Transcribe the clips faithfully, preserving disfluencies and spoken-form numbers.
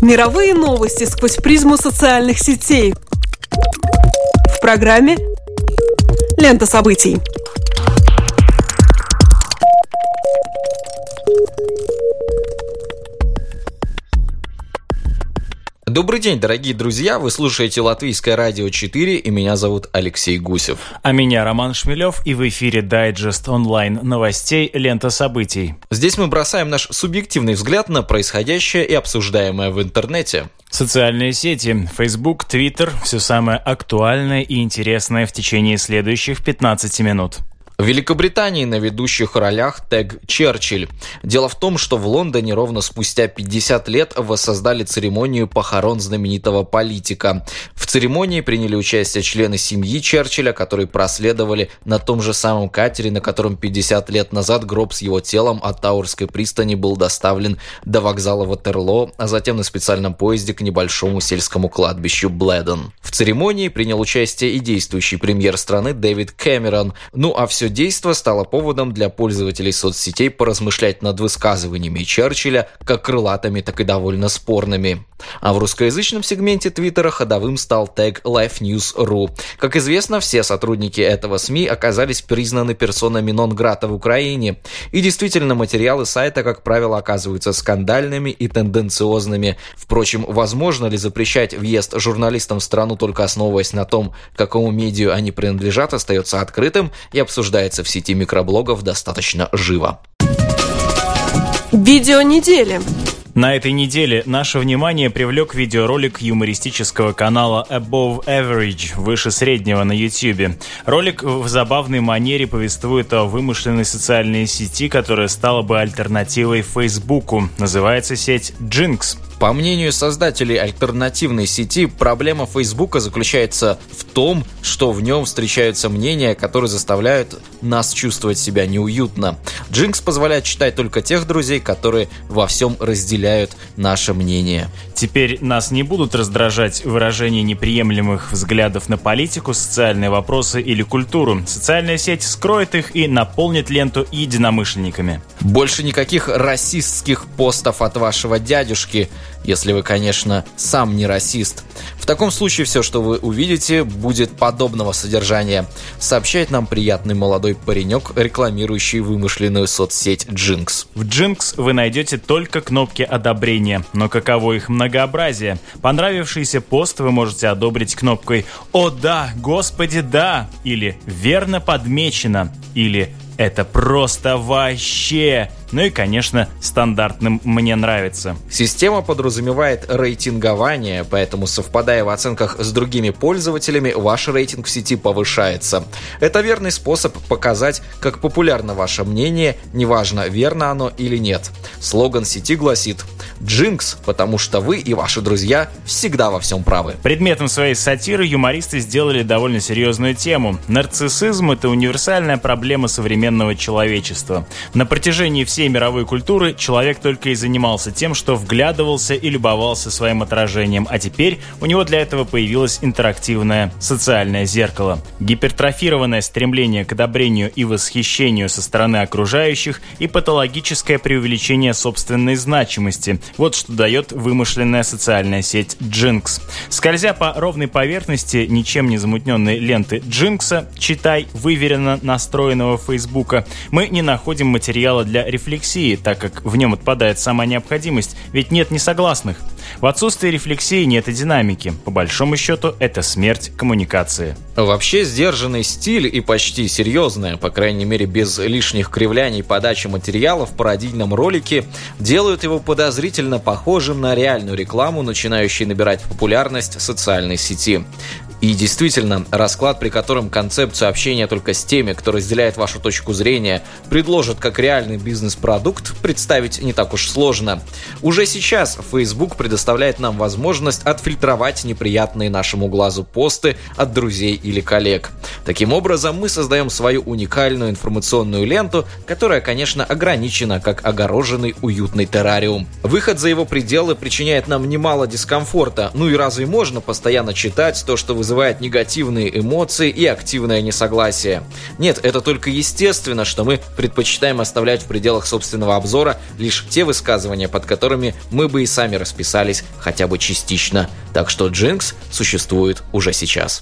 Мировые новости сквозь призму социальных сетей. В программе «Лента событий». Добрый день, дорогие друзья! Вы слушаете Латвийское радио четыре, и меня зовут Алексей Гусев. А меня Роман Шмелев, и в эфире дайджест онлайн новостей «Лента событий». Здесь мы бросаем наш субъективный взгляд на происходящее и обсуждаемое в интернете. Социальные сети, Facebook, Twitter – все самое актуальное и интересное в течение следующих пятнадцати минут. В Великобритании на ведущих ролях Тег Черчилль. Дело в том, что в Лондоне ровно спустя пятьдесят лет воссоздали церемонию похорон знаменитого политика. В церемонии приняли участие члены семьи Черчилля, которые проследовали на том же самом катере, на котором пятьдесят лет назад гроб с его телом от Таурской пристани был доставлен до вокзала Ватерлоо, а затем на специальном поезде к небольшому сельскому кладбищу Блэдон. В церемонии принял участие и действующий премьер страны Дэвид Кэмерон. Ну а все действо стало поводом для пользователей соцсетей поразмышлять над высказываниями Черчилля, как крылатыми, так и довольно спорными. А в русскоязычном сегменте Твиттера ходовым стал тег LifeNews точка ру. Как известно, все сотрудники этого СМИ оказались признаны персонами нон-грата в Украине. И действительно, материалы сайта, как правило, оказываются скандальными и тенденциозными. Впрочем, возможно ли запрещать въезд журналистам в страну, только основываясь на том, какому медиа они принадлежат, остается открытым и обсуждается в сети микроблогов достаточно живо. Видео недели. На этой неделе наше внимание привлек видеоролик юмористического канала Above Average, выше среднего на YouTube. Ролик в забавной манере повествует о вымышленной социальной сети, которая стала бы альтернативой Фейсбуку. Называется сеть Jinx. По мнению создателей альтернативной сети, проблема Фейсбука заключается в том, что в нем встречаются мнения, которые заставляют нас чувствовать себя неуютно. Jinx позволяет читать только тех друзей, которые во всем разделяют наше мнение. Теперь нас не будут раздражать выражения неприемлемых взглядов на политику, социальные вопросы или культуру. Социальная сеть скроет их и наполнит ленту единомышленниками. Больше никаких расистских постов от вашего дядюшки, если вы, конечно, сам не расист. В таком случае все, что вы увидите, будет подобного содержания, сообщает нам приятный молодой паренек, рекламирующий вымышленную соцсеть Jinx. В Jinx вы найдете только кнопки одобрения, но каково их многообразие. Понравившийся пост вы можете одобрить кнопкой «О да, господи, да!» или «Верно подмечено!» или «Это просто вообще!» Ну и, конечно, стандартным «мне нравится». Система подразумевает рейтингование, поэтому, совпадая в оценках с другими пользователями, ваш рейтинг в сети повышается. Это верный способ показать, как популярно ваше мнение, неважно, верно оно или нет. Слоган сети гласит «Jinx, потому что вы и ваши друзья всегда во всем правы». Предметом своей сатиры юмористы сделали довольно серьезную тему. Нарциссизм – это универсальная проблема современного человечества. На протяжении всей всей мировой культуры человек только и занимался тем, что вглядывался и любовался своим отражением, а теперь у него для этого появилось интерактивное социальное зеркало. Гипертрофированное стремление к одобрению и восхищению со стороны окружающих и патологическое преувеличение собственной значимости – вот что дает вымышленная социальная сеть Jinx. Скользя по ровной поверхности ничем не замутненной ленты Jinx, читай выверенно настроенного Фейсбука, мы не находим материала для рефлексии, так как в нем отпадает сама необходимость, ведь нет несогласных. В отсутствии рефлексии нет и динамики. По большому счету, это смерть коммуникации. Вообще, сдержанный стиль и почти серьезная, по крайней мере без лишних кривляний подачи материала в пародийном ролике, делают его подозрительно похожим на реальную рекламу, начинающую набирать популярность социальной сети. И действительно, расклад, при котором концепцию общения только с теми, кто разделяет вашу точку зрения, предложат как реальный бизнес-продукт, представить не так уж сложно. Уже сейчас Facebook предоставляет нам возможность отфильтровать неприятные нашему глазу посты от друзей или коллег. Таким образом, мы создаем свою уникальную информационную ленту, которая, конечно, ограничена как огороженный уютный террариум. Выход за его пределы причиняет нам немало дискомфорта. Ну и разве можно постоянно читать то, что вы вызывает негативные эмоции и активное несогласие. Нет, это только естественно, что мы предпочитаем оставлять в пределах собственного обзора лишь те высказывания, под которыми мы бы и сами расписались хотя бы частично. Так что Джинкс существует уже сейчас.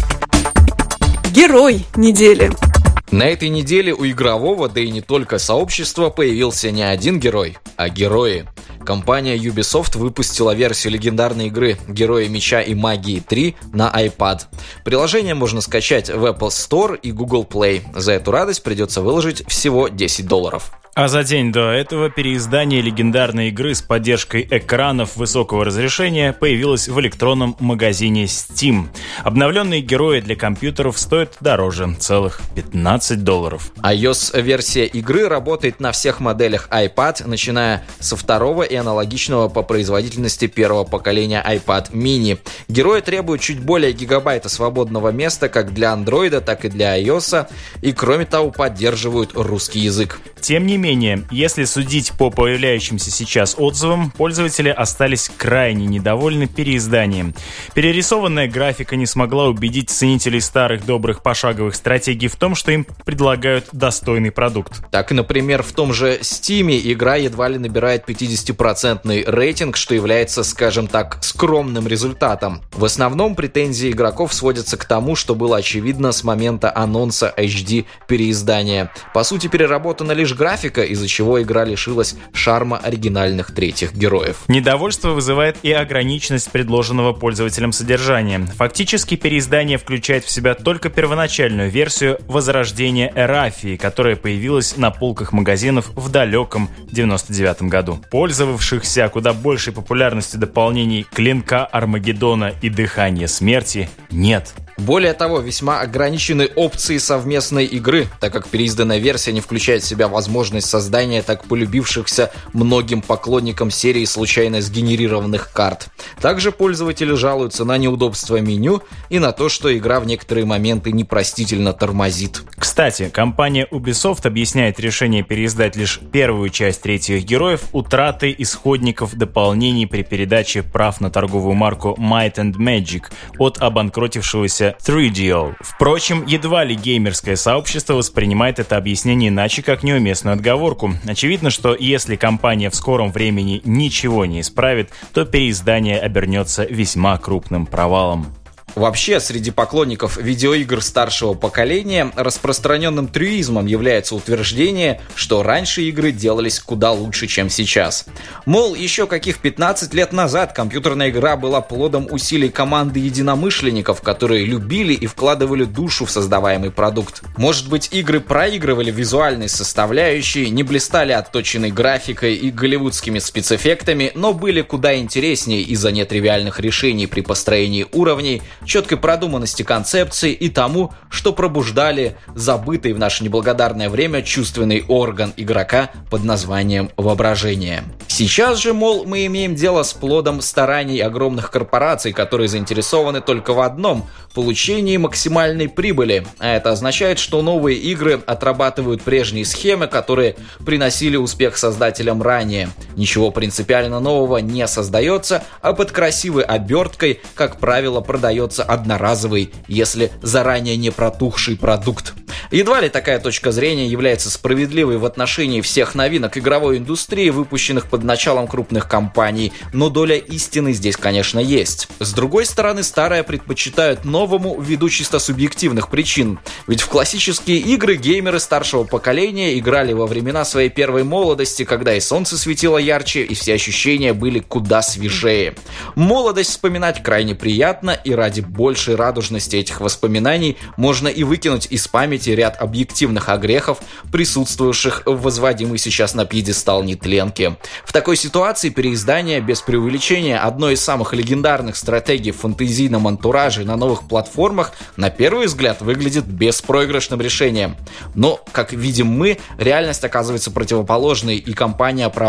Герой недели. На этой неделе у игрового, да и не только сообщества, появился не один герой, а герои. Компания Ubisoft выпустила версию легендарной игры «Герои Меча и Магии три» на iPad. Приложение можно скачать в Apple Store и Google Play. За эту радость придется выложить всего десять долларов. А за день до этого переиздание легендарной игры с поддержкой экранов высокого разрешения появилось в электронном магазине Steam. Обновленные герои для компьютеров стоят дороже, целых пятнадцать долларов. iOS-версия игры работает на всех моделях iPad, начиная со второго и аналогичного по производительности первого поколения iPad mini. Герои требуют чуть более гигабайта свободного места как для Android, так и для iOS, и кроме того поддерживают русский язык. Тем не менее, если судить по появляющимся сейчас отзывам, пользователи остались крайне недовольны переизданием. Перерисованная графика не смогла убедить ценителей старых добрых пошаговых стратегий в том, что им предлагают достойный продукт. Так, например, в том же Steam игра едва ли набирает пятидесятипроцентный рейтинг, что является, скажем так, скромным результатом. В основном претензии игроков сводятся к тому, что было очевидно с момента анонса эйч ди переиздания. По сути, переработана лишь графика, из-за чего игра лишилась шарма оригинальных третьих героев. Недовольство вызывает и ограниченность предложенного пользователям содержания. Фактически переиздание включает в себя только первоначальную версию возрождения Эрафии, которая появилась на полках магазинов в далеком девяносто девятом году. Пользовавшихся куда большей популярностью дополнений Клинка Армагеддона и Дыхания Смерти нет. Более того, весьма ограничены опции совместной игры, так как переизданная версия не включает в себя возможность создания так полюбившихся многим поклонникам серии случайно сгенерированных карт. Также пользователи жалуются на неудобство меню и на то, что игра в некоторые моменты непростительно тормозит. Кстати, компания Ubisoft объясняет решение переиздать лишь первую часть третьих героев утратой исходников дополнений при передаче прав на торговую марку Might and Magic от обанкротившегося три ди о. Впрочем, едва ли геймерское сообщество воспринимает это объяснение иначе, как неуместную отговорку. Очевидно, что если компания в скором времени ничего не исправит, то переиздание обернется весьма крупным провалом. Вообще, среди поклонников видеоигр старшего поколения распространенным трюизмом является утверждение, что раньше игры делались куда лучше, чем сейчас. Мол, еще каких пятнадцать лет назад компьютерная игра была плодом усилий команды единомышленников, которые любили и вкладывали душу в создаваемый продукт. Может быть, игры проигрывали визуальной составляющей, не блистали отточенной графикой и голливудскими спецэффектами, но были куда интереснее из-за нетривиальных решений при построении уровней, четкой продуманности концепции и тому, что пробуждали забытый в наше неблагодарное время чувственный орган игрока под названием воображение. Сейчас же, мол, мы имеем дело с плодом стараний огромных корпораций, которые заинтересованы только в одном – получении максимальной прибыли. А это означает, что новые игры отрабатывают прежние схемы, которые приносили успех создателям ранее. Ничего принципиально нового не создается, а под красивой оберткой, как правило, продается одноразовый, если заранее не протухший продукт. Едва ли такая точка зрения является справедливой в отношении всех новинок игровой индустрии, выпущенных под началом крупных компаний, но доля истины здесь, конечно, есть. С другой стороны, старое предпочитают новому ввиду чисто субъективных причин. Ведь в классические игры геймеры старшего поколения играли во времена своей первой молодости, когда и солнце светило ярче, и все ощущения были куда свежее. Молодость вспоминать крайне приятно, и ради большей радужности этих воспоминаний можно и выкинуть из памяти ряд объективных огрехов, присутствующих в возводимой сейчас на пьедестал нетленке. В такой ситуации переиздание без преувеличения одной из самых легендарных стратегий в фэнтезийном антураже на новых платформах на первый взгляд выглядит беспроигрышным решением. Но, как видим мы, реальность оказывается противоположной, и компания-правообладатель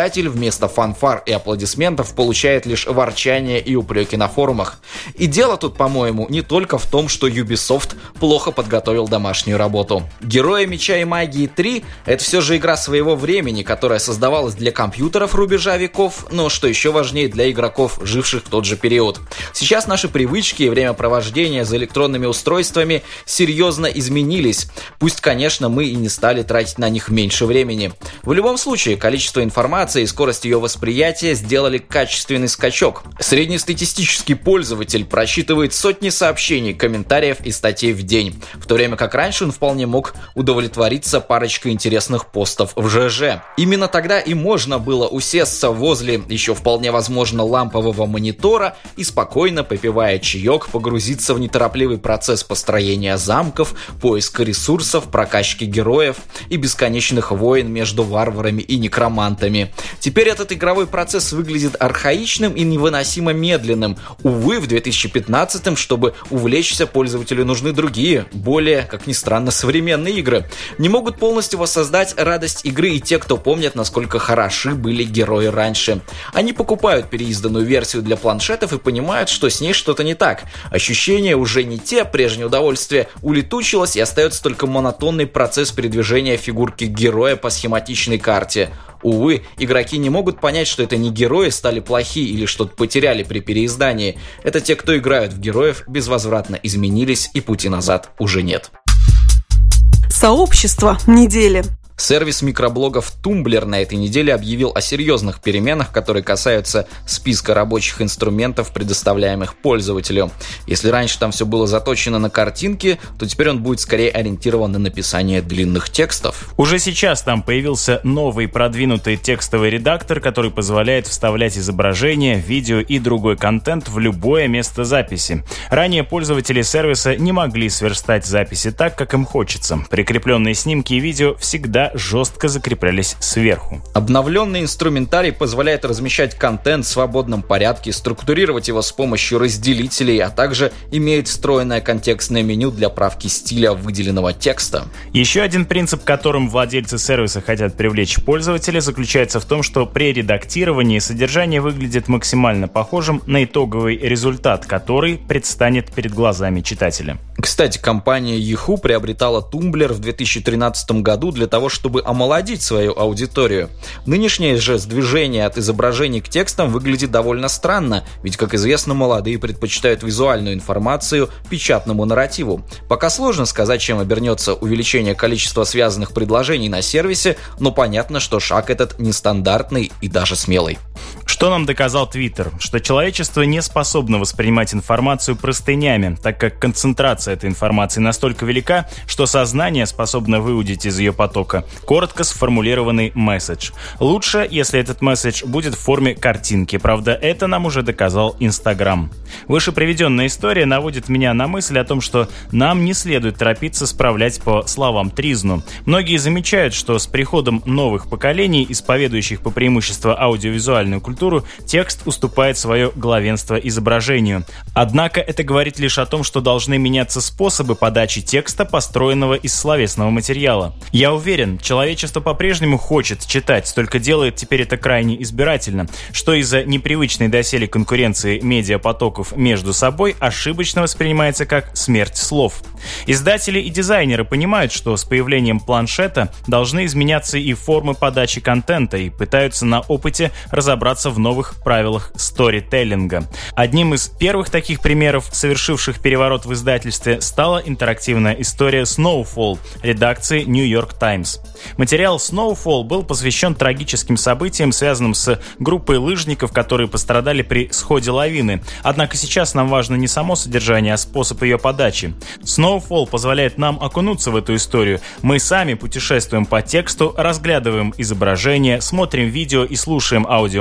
читатель вместо фанфар и аплодисментов получает лишь ворчание и упреки на форумах. И дело тут, по-моему, не только в том, что Ubisoft плохо подготовил домашнюю работу. «Герои Меча и Магии три» — это все же игра своего времени, которая создавалась для компьютеров рубежа веков, но, что еще важнее, для игроков, живших в тот же период. Сейчас наши привычки и времяпровождение за электронными устройствами серьезно изменились. Пусть, конечно, мы и не стали тратить на них меньше времени. В любом случае, количество информации и скорость ее восприятия сделали качественный скачок. Среднестатистический пользователь просчитывает сотни сообщений, комментариев и статей в день, в то время как раньше он вполне мог удовлетвориться парочкой интересных постов в ЖЖ. Именно тогда и можно было усесться возле еще вполне возможно лампового монитора и спокойно, попивая чаек, погрузиться в неторопливый процесс построения замков, поиска ресурсов, прокачки героев и бесконечных войн между варварами и некромантами. Теперь этот игровой процесс выглядит архаичным и невыносимо медленным. Увы, в две тысячи пятнадцатом, чтобы увлечься, пользователю нужны другие, более, как ни странно, современные игры. Не могут полностью воссоздать радость игры и те, кто помнят, насколько хороши были герои раньше. Они покупают переизданную версию для планшетов и понимают, что с ней что-то не так. Ощущения уже не те, прежнее удовольствие улетучилось, и остается только монотонный процесс передвижения фигурки героя по схематичной карте. Увы, игроки не могут понять, что это не герои стали плохие или что-то потеряли при переиздании. Это те, кто играют в героев, безвозвратно изменились, и пути назад уже нет. Сообщество недели. Сервис микроблогов Tumblr на этой неделе объявил о серьезных переменах, которые касаются списка рабочих инструментов, предоставляемых пользователю. Если раньше там все было заточено на картинки, то теперь он будет скорее ориентирован на написание длинных текстов. Уже сейчас там появился новый продвинутый текстовый редактор, который позволяет вставлять изображения, видео и другой контент в любое место записи. Ранее пользователи сервиса не могли сверстать записи так, как им хочется. Прикрепленные снимки и видео всегда жестко закреплялись сверху. Обновленный инструментарий позволяет размещать контент в свободном порядке, структурировать его с помощью разделителей, а также имеет встроенное контекстное меню для правки стиля выделенного текста. Еще один принцип, которым владельцы сервиса хотят привлечь пользователя, заключается в том, что при редактировании содержание выглядит максимально похожим на итоговый результат, который предстанет перед глазами читателя. Кстати, компания Yahoo приобретала Tumblr в две тысячи тринадцатом году для того, чтобы омолодить свою аудиторию. Нынешнее же сдвижение от изображений к текстам выглядит довольно странно, ведь, как известно, молодые предпочитают визуальную информацию печатному нарративу. Пока сложно сказать, чем обернется увеличение количества связанных предложений на сервисе, но понятно, что шаг этот нестандартный и даже смелый. Что нам доказал Твиттер? Что человечество не способно воспринимать информацию простынями, так как концентрация этой информации настолько велика, что сознание способно выудить из ее потока коротко сформулированный месседж. Лучше, если этот месседж будет в форме картинки. Правда, это нам уже доказал Инстаграм. Выше приведенная история наводит меня на мысль о том, что нам не следует торопиться справлять по словам тризну. Многие замечают, что с приходом новых поколений, исповедующих по преимуществу аудиовизуальную культуру, текст уступает свое главенство изображению. Однако это говорит лишь о том, что должны меняться способы подачи текста, построенного из словесного материала. Я уверен, человечество по-прежнему хочет читать, только делает теперь это крайне избирательно, что из-за непривычной доселе конкуренции медиапотоков между собой ошибочно воспринимается как смерть слов. Издатели и дизайнеры понимают, что с появлением планшета должны изменяться и формы подачи контента, и пытаются на опыте разобраться в новых правилах сторителлинга. Одним из первых таких примеров, совершивших переворот в издательстве, стала интерактивная история Snowfall редакции New York Times. Материал Snowfall был посвящен трагическим событиям, связанным с группой лыжников, которые пострадали при сходе лавины. Однако сейчас нам важно не само содержание, а способ ее подачи. Snowfall позволяет нам окунуться в эту историю. Мы сами путешествуем по тексту, разглядываем изображения, смотрим видео и слушаем аудиоматериалы,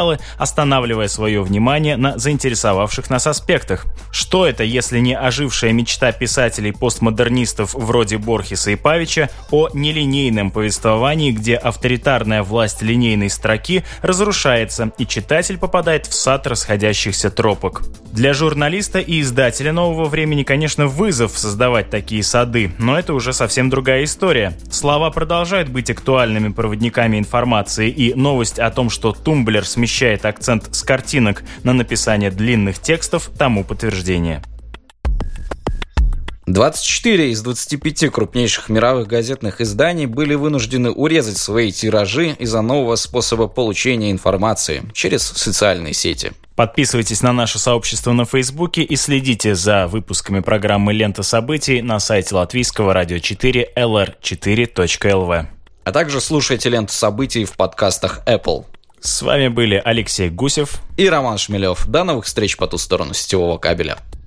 материалы, останавливая свое внимание на заинтересовавших нас аспектах. Что это, если не ожившая мечта писателей-постмодернистов вроде Борхеса и Павича о нелинейном повествовании, где авторитарная власть линейной строки разрушается, и читатель попадает в сад расходящихся тропок. Для журналиста и издателя нового времени, конечно, вызов создавать такие сады, но это уже совсем другая история. Слова продолжают быть актуальными проводниками информации, и новость о том, что Тумблер смещает акцент с картинок на написание длинных текстов, тому подтверждение. двадцать четыре из двадцати пяти крупнейших мировых газетных изданий были вынуждены урезать свои тиражи из-за нового способа получения информации через социальные сети. Подписывайтесь на наше сообщество на Фейсбуке и следите за выпусками программы «Лента событий» на сайте латвийского радио четыре эл эр четыре точка эл ви. А также слушайте «Ленту событий» в подкастах Apple. С вами были Алексей Гусев и Роман Шмелев. До новых встреч по ту сторону сетевого кабеля.